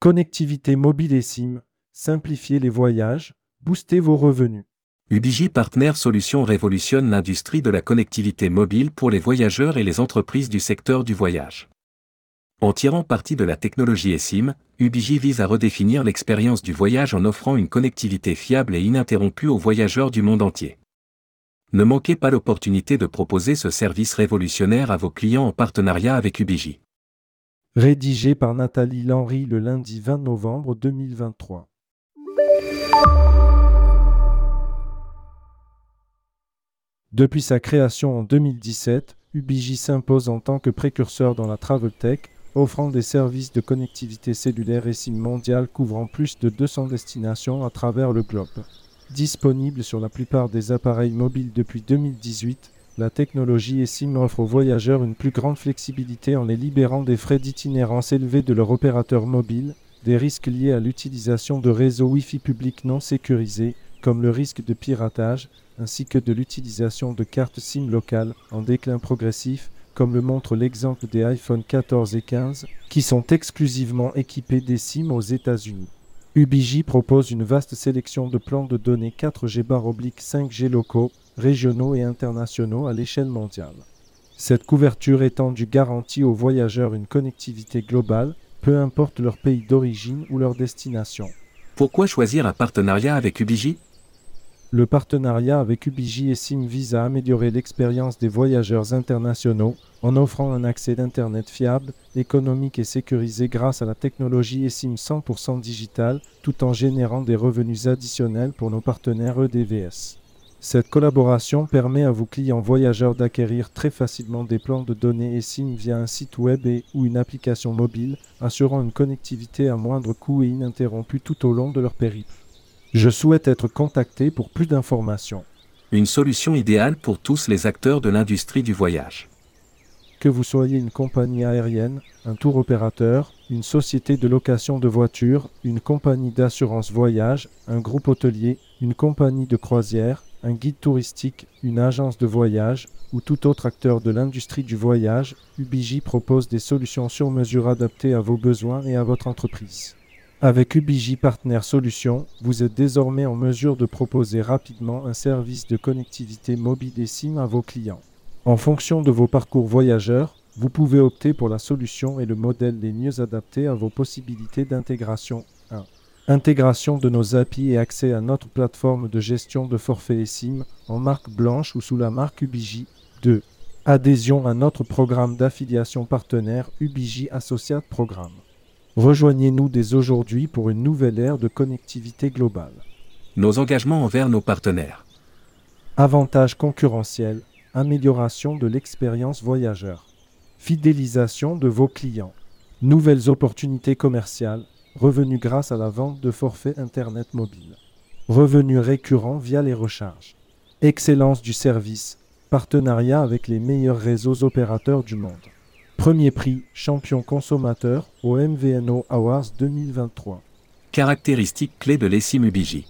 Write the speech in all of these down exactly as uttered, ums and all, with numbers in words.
Connectivité mobile et SIM, simplifiez les voyages, boostez vos revenus. Ubiji Partner Solutions révolutionne l'industrie de la connectivité mobile pour les voyageurs et les entreprises du secteur du voyage. En tirant parti de la technologie eSIM, Ubiji vise à redéfinir l'expérience du voyage en offrant une connectivité fiable et ininterrompue aux voyageurs du monde entier. Ne manquez pas l'opportunité de proposer ce service révolutionnaire à vos clients en partenariat avec Ubiji. Rédigé par Nathalie Lenry le lundi vingt novembre deux mille vingt-trois. Depuis sa création en deux mille dix-sept, Ubiji s'impose en tant que précurseur dans la travel tech, offrant des services de connectivité cellulaire et SIM mondiale couvrant plus de deux cents destinations à travers le globe. Disponible sur la plupart des appareils mobiles depuis deux mille dix-huit, la technologie eSIM offre aux voyageurs une plus grande flexibilité en les libérant des frais d'itinérance élevés de leur opérateur mobile, des risques liés à l'utilisation de réseaux Wi-Fi publics non sécurisés, comme le risque de piratage, ainsi que de l'utilisation de cartes SIM locales en déclin progressif, comme le montre l'exemple des iPhone quatorze et quinze, qui sont exclusivement équipés d'eSIM aux États-Unis. Ubiji propose une vaste sélection de plans de données quatre G cinq G locaux, régionaux et internationaux à l'échelle mondiale. Cette couverture étendue garantit aux voyageurs une connectivité globale, peu importe leur pays d'origine ou leur destination. Pourquoi choisir un partenariat avec Ubiji ? Le partenariat avec Ubiji eSIM vise à améliorer l'expérience des voyageurs internationaux en offrant un accès d'Internet fiable, économique et sécurisé grâce à la technologie eSIM cent pour cent digitale, tout en générant des revenus additionnels pour nos partenaires E D V S. Cette collaboration permet à vos clients voyageurs d'acquérir très facilement des plans de données eSIM via un site web et ou une application mobile, assurant une connectivité à moindre coût et ininterrompue tout au long de leur périple. Je souhaite être contacté pour plus d'informations. Une solution idéale pour tous les acteurs de l'industrie du voyage. Que vous soyez une compagnie aérienne, un tour opérateur, une société de location de voitures, une compagnie d'assurance voyage, un groupe hôtelier, une compagnie de croisière, un guide touristique, une agence de voyage ou tout autre acteur de l'industrie du voyage, Ubiji propose des solutions sur mesure adaptées à vos besoins et à votre entreprise. Avec Ubiji Partner Solutions, vous êtes désormais en mesure de proposer rapidement un service de connectivité mobile eSIM à vos clients. En fonction de vos parcours voyageurs, vous pouvez opter pour la solution et le modèle les mieux adaptés à vos possibilités d'intégration. un. Intégration de nos A P I et accès à notre plateforme de gestion de forfait eSIM en marque blanche ou sous la marque Ubiji. deux. Adhésion à notre programme d'affiliation partenaire Ubiji Associate Programme. Rejoignez-nous dès aujourd'hui pour une nouvelle ère de connectivité globale. Nos engagements envers nos partenaires. Avantages concurrentiels, amélioration de l'expérience voyageur, fidélisation de vos clients, nouvelles opportunités commerciales, revenus grâce à la vente de forfaits Internet mobile, revenus récurrents via les recharges, excellence du service, partenariat avec les meilleurs réseaux opérateurs du monde. Premier prix champion consommateur au M V N O Awards deux mille vingt-trois. Caractéristiques clés de l'eSIM Ubiji.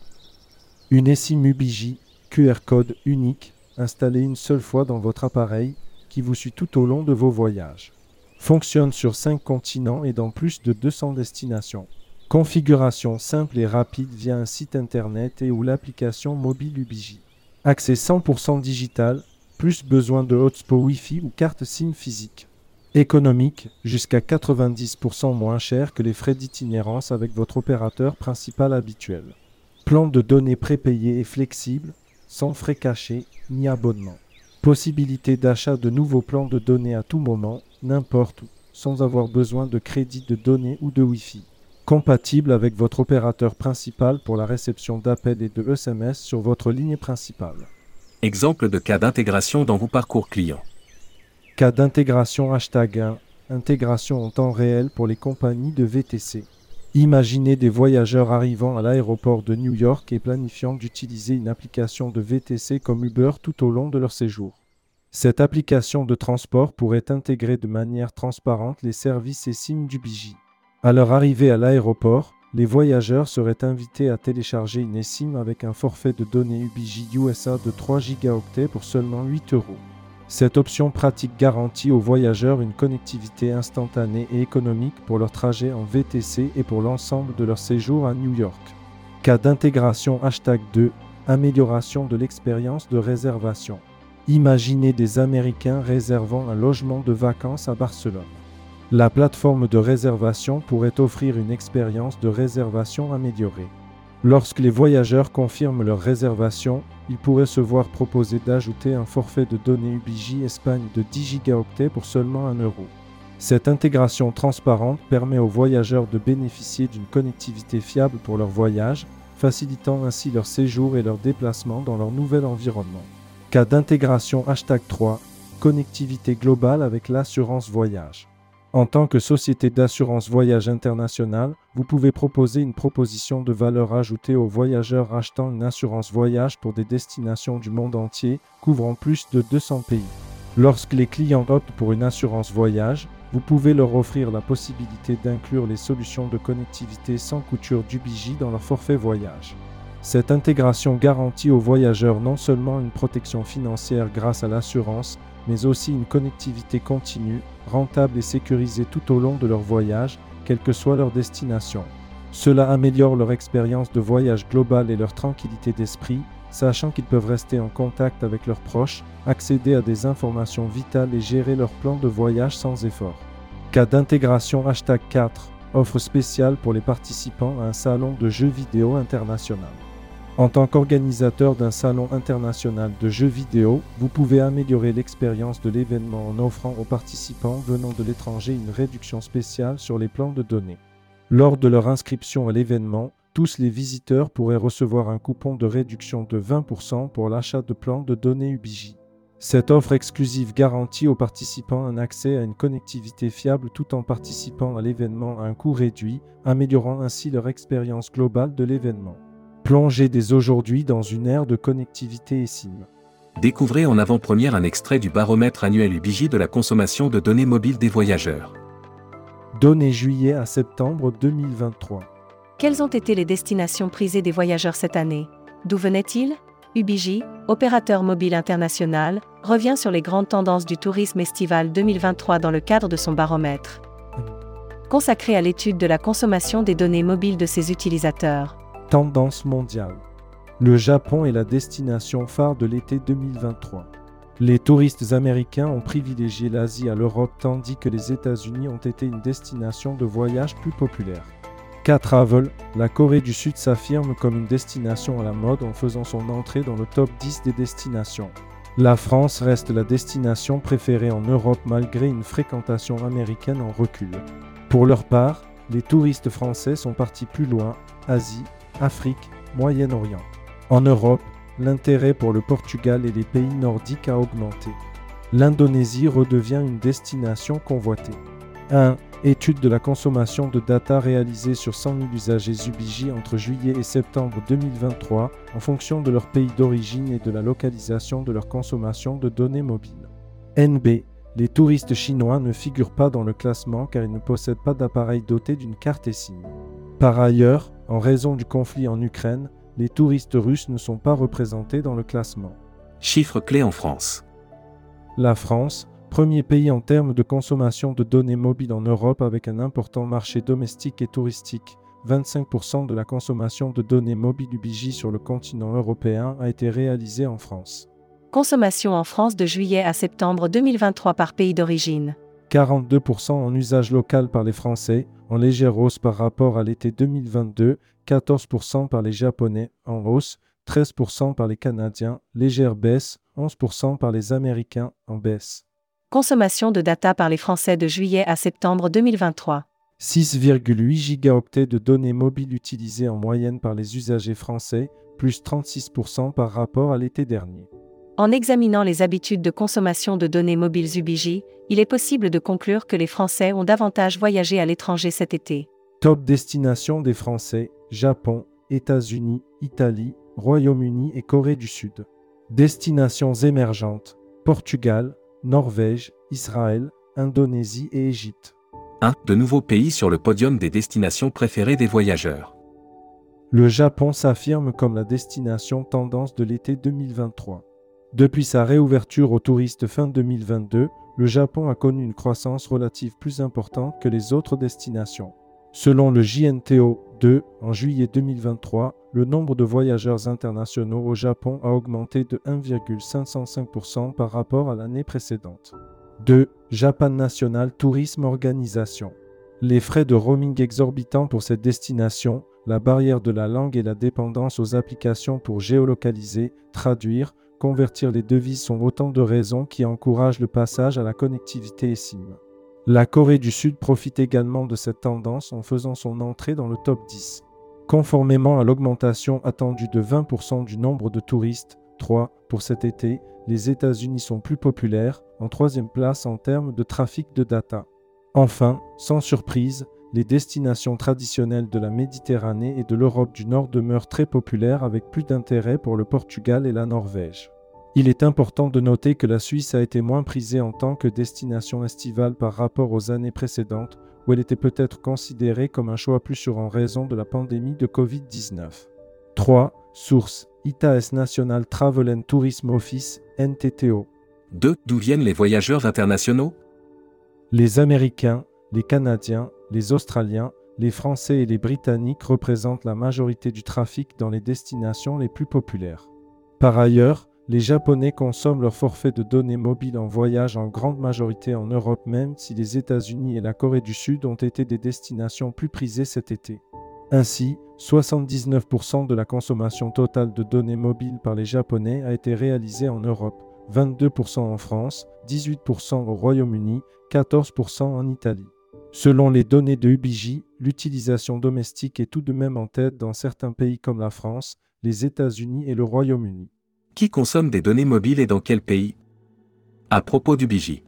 Une eSIM Ubiji, Q R code unique, installé une seule fois dans votre appareil, qui vous suit tout au long de vos voyages. Fonctionne sur cinq continents et dans plus de deux cents destinations. Configuration simple et rapide via un site internet et ou l'application mobile Ubiji. Accès cent pour cent digital, plus besoin de hotspot Wi-Fi ou carte SIM physique. Économique, jusqu'à quatre-vingt-dix pour cent moins cher que les frais d'itinérance avec votre opérateur principal habituel. Plan de données prépayé et flexible, sans frais cachés ni abonnement. Possibilité d'achat de nouveaux plans de données à tout moment, n'importe où, sans avoir besoin de crédit de données ou de Wi-Fi. Compatible avec votre opérateur principal pour la réception d'appels et de S M S sur votre ligne principale. Exemple de cas d'intégration dans vos parcours clients. Cas d'intégration hashtag un, intégration en temps réel pour les compagnies de V T C. Imaginez des voyageurs arrivant à l'aéroport de New York et planifiant d'utiliser une application de V T C comme Uber tout au long de leur séjour. Cette application de transport pourrait intégrer de manière transparente les services eSIM d'Ubiji. À leur arrivée à l'aéroport, les voyageurs seraient invités à télécharger une eSIM avec un forfait de données Ubiji U S A de trois gigaoctets pour seulement huit euros. Cette option pratique garantit aux voyageurs une connectivité instantanée et économique pour leur trajet en V T C et pour l'ensemble de leur séjour à New York. Cas d'intégration hashtag deux, amélioration de l'expérience de réservation. Imaginez des Américains réservant un logement de vacances à Barcelone. La plateforme de réservation pourrait offrir une expérience de réservation améliorée. Lorsque les voyageurs confirment leur réservation, ils pourraient se voir proposer d'ajouter un forfait de données U B J Espagne de dix gigaoctets pour seulement un euro. Cette intégration transparente permet aux voyageurs de bénéficier d'une connectivité fiable pour leur voyage, facilitant ainsi leur séjour et leur déplacement dans leur nouvel environnement. Cas d'intégration hashtag trois, connectivité globale avec l'assurance voyage. En tant que société d'assurance voyage internationale, vous pouvez proposer une proposition de valeur ajoutée aux voyageurs achetant une assurance voyage pour des destinations du monde entier, couvrant plus de deux cents pays. Lorsque les clients optent pour une assurance voyage, vous pouvez leur offrir la possibilité d'inclure les solutions de connectivité sans couture d'U B J dans leur forfait voyage. Cette intégration garantit aux voyageurs non seulement une protection financière grâce à l'assurance, mais aussi une connectivité continue, rentable et sécurisée tout au long de leur voyage, quelle que soit leur destination. Cela améliore leur expérience de voyage globale et leur tranquillité d'esprit, sachant qu'ils peuvent rester en contact avec leurs proches, accéder à des informations vitales et gérer leur plan de voyage sans effort. Cas d'intégration hashtag quatre, offre spéciale pour les participants à un salon de jeux vidéo international. En tant qu'organisateur d'un salon international de jeux vidéo, vous pouvez améliorer l'expérience de l'événement en offrant aux participants venant de l'étranger une réduction spéciale sur les plans de données. Lors de leur inscription à l'événement, tous les visiteurs pourraient recevoir un coupon de réduction de vingt pour cent pour l'achat de plans de données U B J. Cette offre exclusive garantit aux participants un accès à une connectivité fiable tout en participant à l'événement à un coût réduit, améliorant ainsi leur expérience globale de l'événement. Plongez dès aujourd'hui dans une ère de connectivité eSIM. Découvrez en avant-première un extrait du baromètre annuel U B J de la consommation de données mobiles des voyageurs. Données juillet à septembre deux mille vingt-trois. Quelles ont été les destinations prisées des voyageurs cette année? D'où venaient-ils? U B J, opérateur mobile international, revient sur les grandes tendances du tourisme estival deux mille vingt-trois dans le cadre de son baromètre, consacré à l'étude de la consommation des données mobiles de ses utilisateurs. Tendance mondiale. Le Japon est la destination phare de l'été deux mille vingt-trois. Les touristes américains ont privilégié l'Asie à l'Europe tandis que les États-Unis ont été une destination de voyage plus populaire. K-Travel, la Corée du Sud s'affirme comme une destination à la mode en faisant son entrée dans le top dix des destinations. La France reste la destination préférée en Europe malgré une fréquentation américaine en recul. Pour leur part, les touristes français sont partis plus loin, Asie, Afrique, Moyen-Orient. En Europe, l'intérêt pour le Portugal et les pays nordiques a augmenté. L'Indonésie redevient une destination convoitée. un. Étude de la consommation de data réalisée sur cent mille usagers U B J entre juillet et septembre deux mille vingt-trois en fonction de leur pays d'origine et de la localisation de leur consommation de données mobiles. N B. Les touristes chinois ne figurent pas dans le classement car ils ne possèdent pas d'appareil doté d'une carte eSIM. Par ailleurs, en raison du conflit en Ukraine, les touristes russes ne sont pas représentés dans le classement. Chiffres clés en France. La France, premier pays en termes de consommation de données mobiles en Europe avec un important marché domestique et touristique. vingt-cinq pour cent de la consommation de données mobiles U B J sur le continent européen a été réalisée en France. Consommation en France de juillet à septembre deux mille vingt-trois par pays d'origine. quarante-deux pour cent en usage local par les Français, en légère hausse par rapport à l'été deux mille vingt-deux, quatorze pour cent par les Japonais, en hausse, treize pour cent par les Canadiens, légère baisse, onze pour cent par les Américains, en baisse. Consommation de data par les Français de juillet à septembre deux mille vingt-trois. six virgule huit gigaoctets de données mobiles utilisées en moyenne par les usagers français, plus trente-six pour cent par rapport à l'été dernier. En examinant les habitudes de consommation de données mobiles U B J, il est possible de conclure que les Français ont davantage voyagé à l'étranger cet été. Top destination des Français, Japon, États-Unis, Italie, Royaume-Uni et Corée du Sud. Destinations émergentes, Portugal, Norvège, Israël, Indonésie et Égypte. un. De nouveaux pays sur le podium des destinations préférées des voyageurs. Le Japon s'affirme comme la destination tendance de l'été deux mille vingt-trois. Depuis sa réouverture aux touristes fin deux mille vingt-deux, le Japon a connu une croissance relative plus importante que les autres destinations. Selon le J N T O deux, en juillet deux mille vingt-trois, le nombre de voyageurs internationaux au Japon a augmenté de un virgule cinq cent cinq pour cent par rapport à l'année précédente. deux. Japan National Tourism Organisation. Les frais de roaming exorbitants pour cette destination, la barrière de la langue et la dépendance aux applications pour géolocaliser, traduire, convertir les devises sont autant de raisons qui encouragent le passage à la connectivité eSIM. La Corée du Sud profite également de cette tendance en faisant son entrée dans le top dix. Conformément à l'augmentation attendue de vingt pour cent du nombre de touristes, trois, pour cet été, les États-Unis sont plus populaires, en troisième place en termes de trafic de data. Enfin, sans surprise, les destinations traditionnelles de la Méditerranée et de l'Europe du Nord demeurent très populaires avec plus d'intérêt pour le Portugal et la Norvège. Il est important de noter que la Suisse a été moins prisée en tant que destination estivale par rapport aux années précédentes, où elle était peut-être considérée comme un choix plus sûr en raison de la pandémie de covid dix-neuf. trois. Source: I T A S National Travel and Tourism Office, N T T O. deux. D'où viennent les voyageurs internationaux? Les Américains, les Canadiens, les Australiens, les Français et les Britanniques représentent la majorité du trafic dans les destinations les plus populaires. Par ailleurs, les Japonais consomment leur forfait de données mobiles en voyage en grande majorité en Europe, même si les États-Unis et la Corée du Sud ont été des destinations plus prisées cet été. Ainsi, soixante-dix-neuf pour cent de la consommation totale de données mobiles par les Japonais a été réalisée en Europe, vingt-deux pour cent en France, dix-huit pour cent au Royaume-Uni, quatorze pour cent en Italie. Selon les données de U B J, l'utilisation domestique est tout de même en tête dans certains pays comme la France, les États-Unis et le Royaume-Uni. Qui consomme des données mobiles et dans quel pays? À propos d'U B J.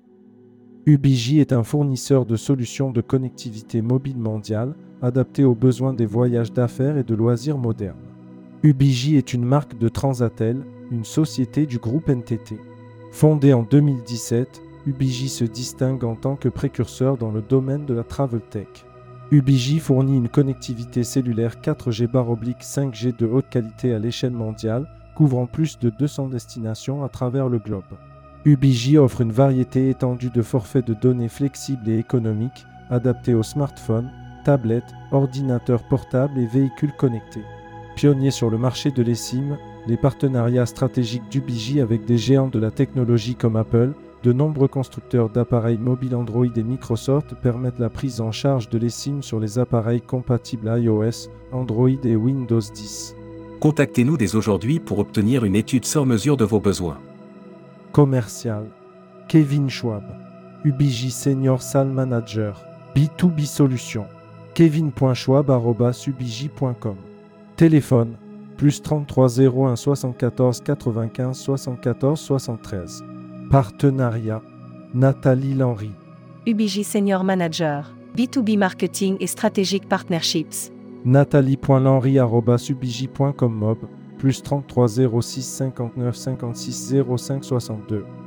U B J est un fournisseur de solutions de connectivité mobile mondiale adaptées aux besoins des voyages d'affaires et de loisirs modernes. U B J est une marque de Transatel, une société du groupe N T T. Fondée en deux mille dix-sept, U B J se distingue en tant que précurseur dans le domaine de la travel tech. U B J fournit une connectivité cellulaire quatre G cinq G de haute qualité à l'échelle mondiale, couvrant plus de deux cents destinations à travers le globe. U B J offre une variété étendue de forfaits de données flexibles et économiques, adaptés aux smartphones, tablettes, ordinateurs portables et véhicules connectés. Pionnier sur le marché de l'eSIM, les partenariats stratégiques d'U B J avec des géants de la technologie comme Apple, de nombreux constructeurs d'appareils mobiles Android et Microsoft permettent la prise en charge de l'eSIM sur les appareils compatibles iOS, Android et Windows dix. Contactez-nous dès aujourd'hui pour obtenir une étude sur mesure de vos besoins. Commercial. Kevin Schwab. U B J Senior Sales Manager. B deux B Solutions. kevin point schwab arobase u b j point com. Téléphone. Plus trente-trois zéro un soixante-quatorze quatre-vingt-quinze soixante-quatorze soixante-treize. Partenariat. Nathalie Lenry. U B J Senior Manager. B deux B Marketing et Strategic Partnerships. nathalie point lenry arobase u b j point com mob. Plus trente-trois zéro six cinquante-neuf cinquante-six zéro cinq soixante-deux.